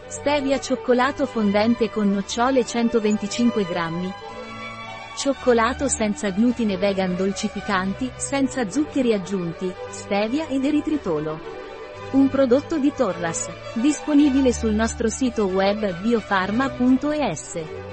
Stevia cioccolato fondente con nocciole 125 grammi. Cioccolato senza glutine vegan dolcificanti, senza zuccheri aggiunti, stevia ed eritritolo. Un prodotto di Torras. Disponibile sul nostro sito web biofarma.es.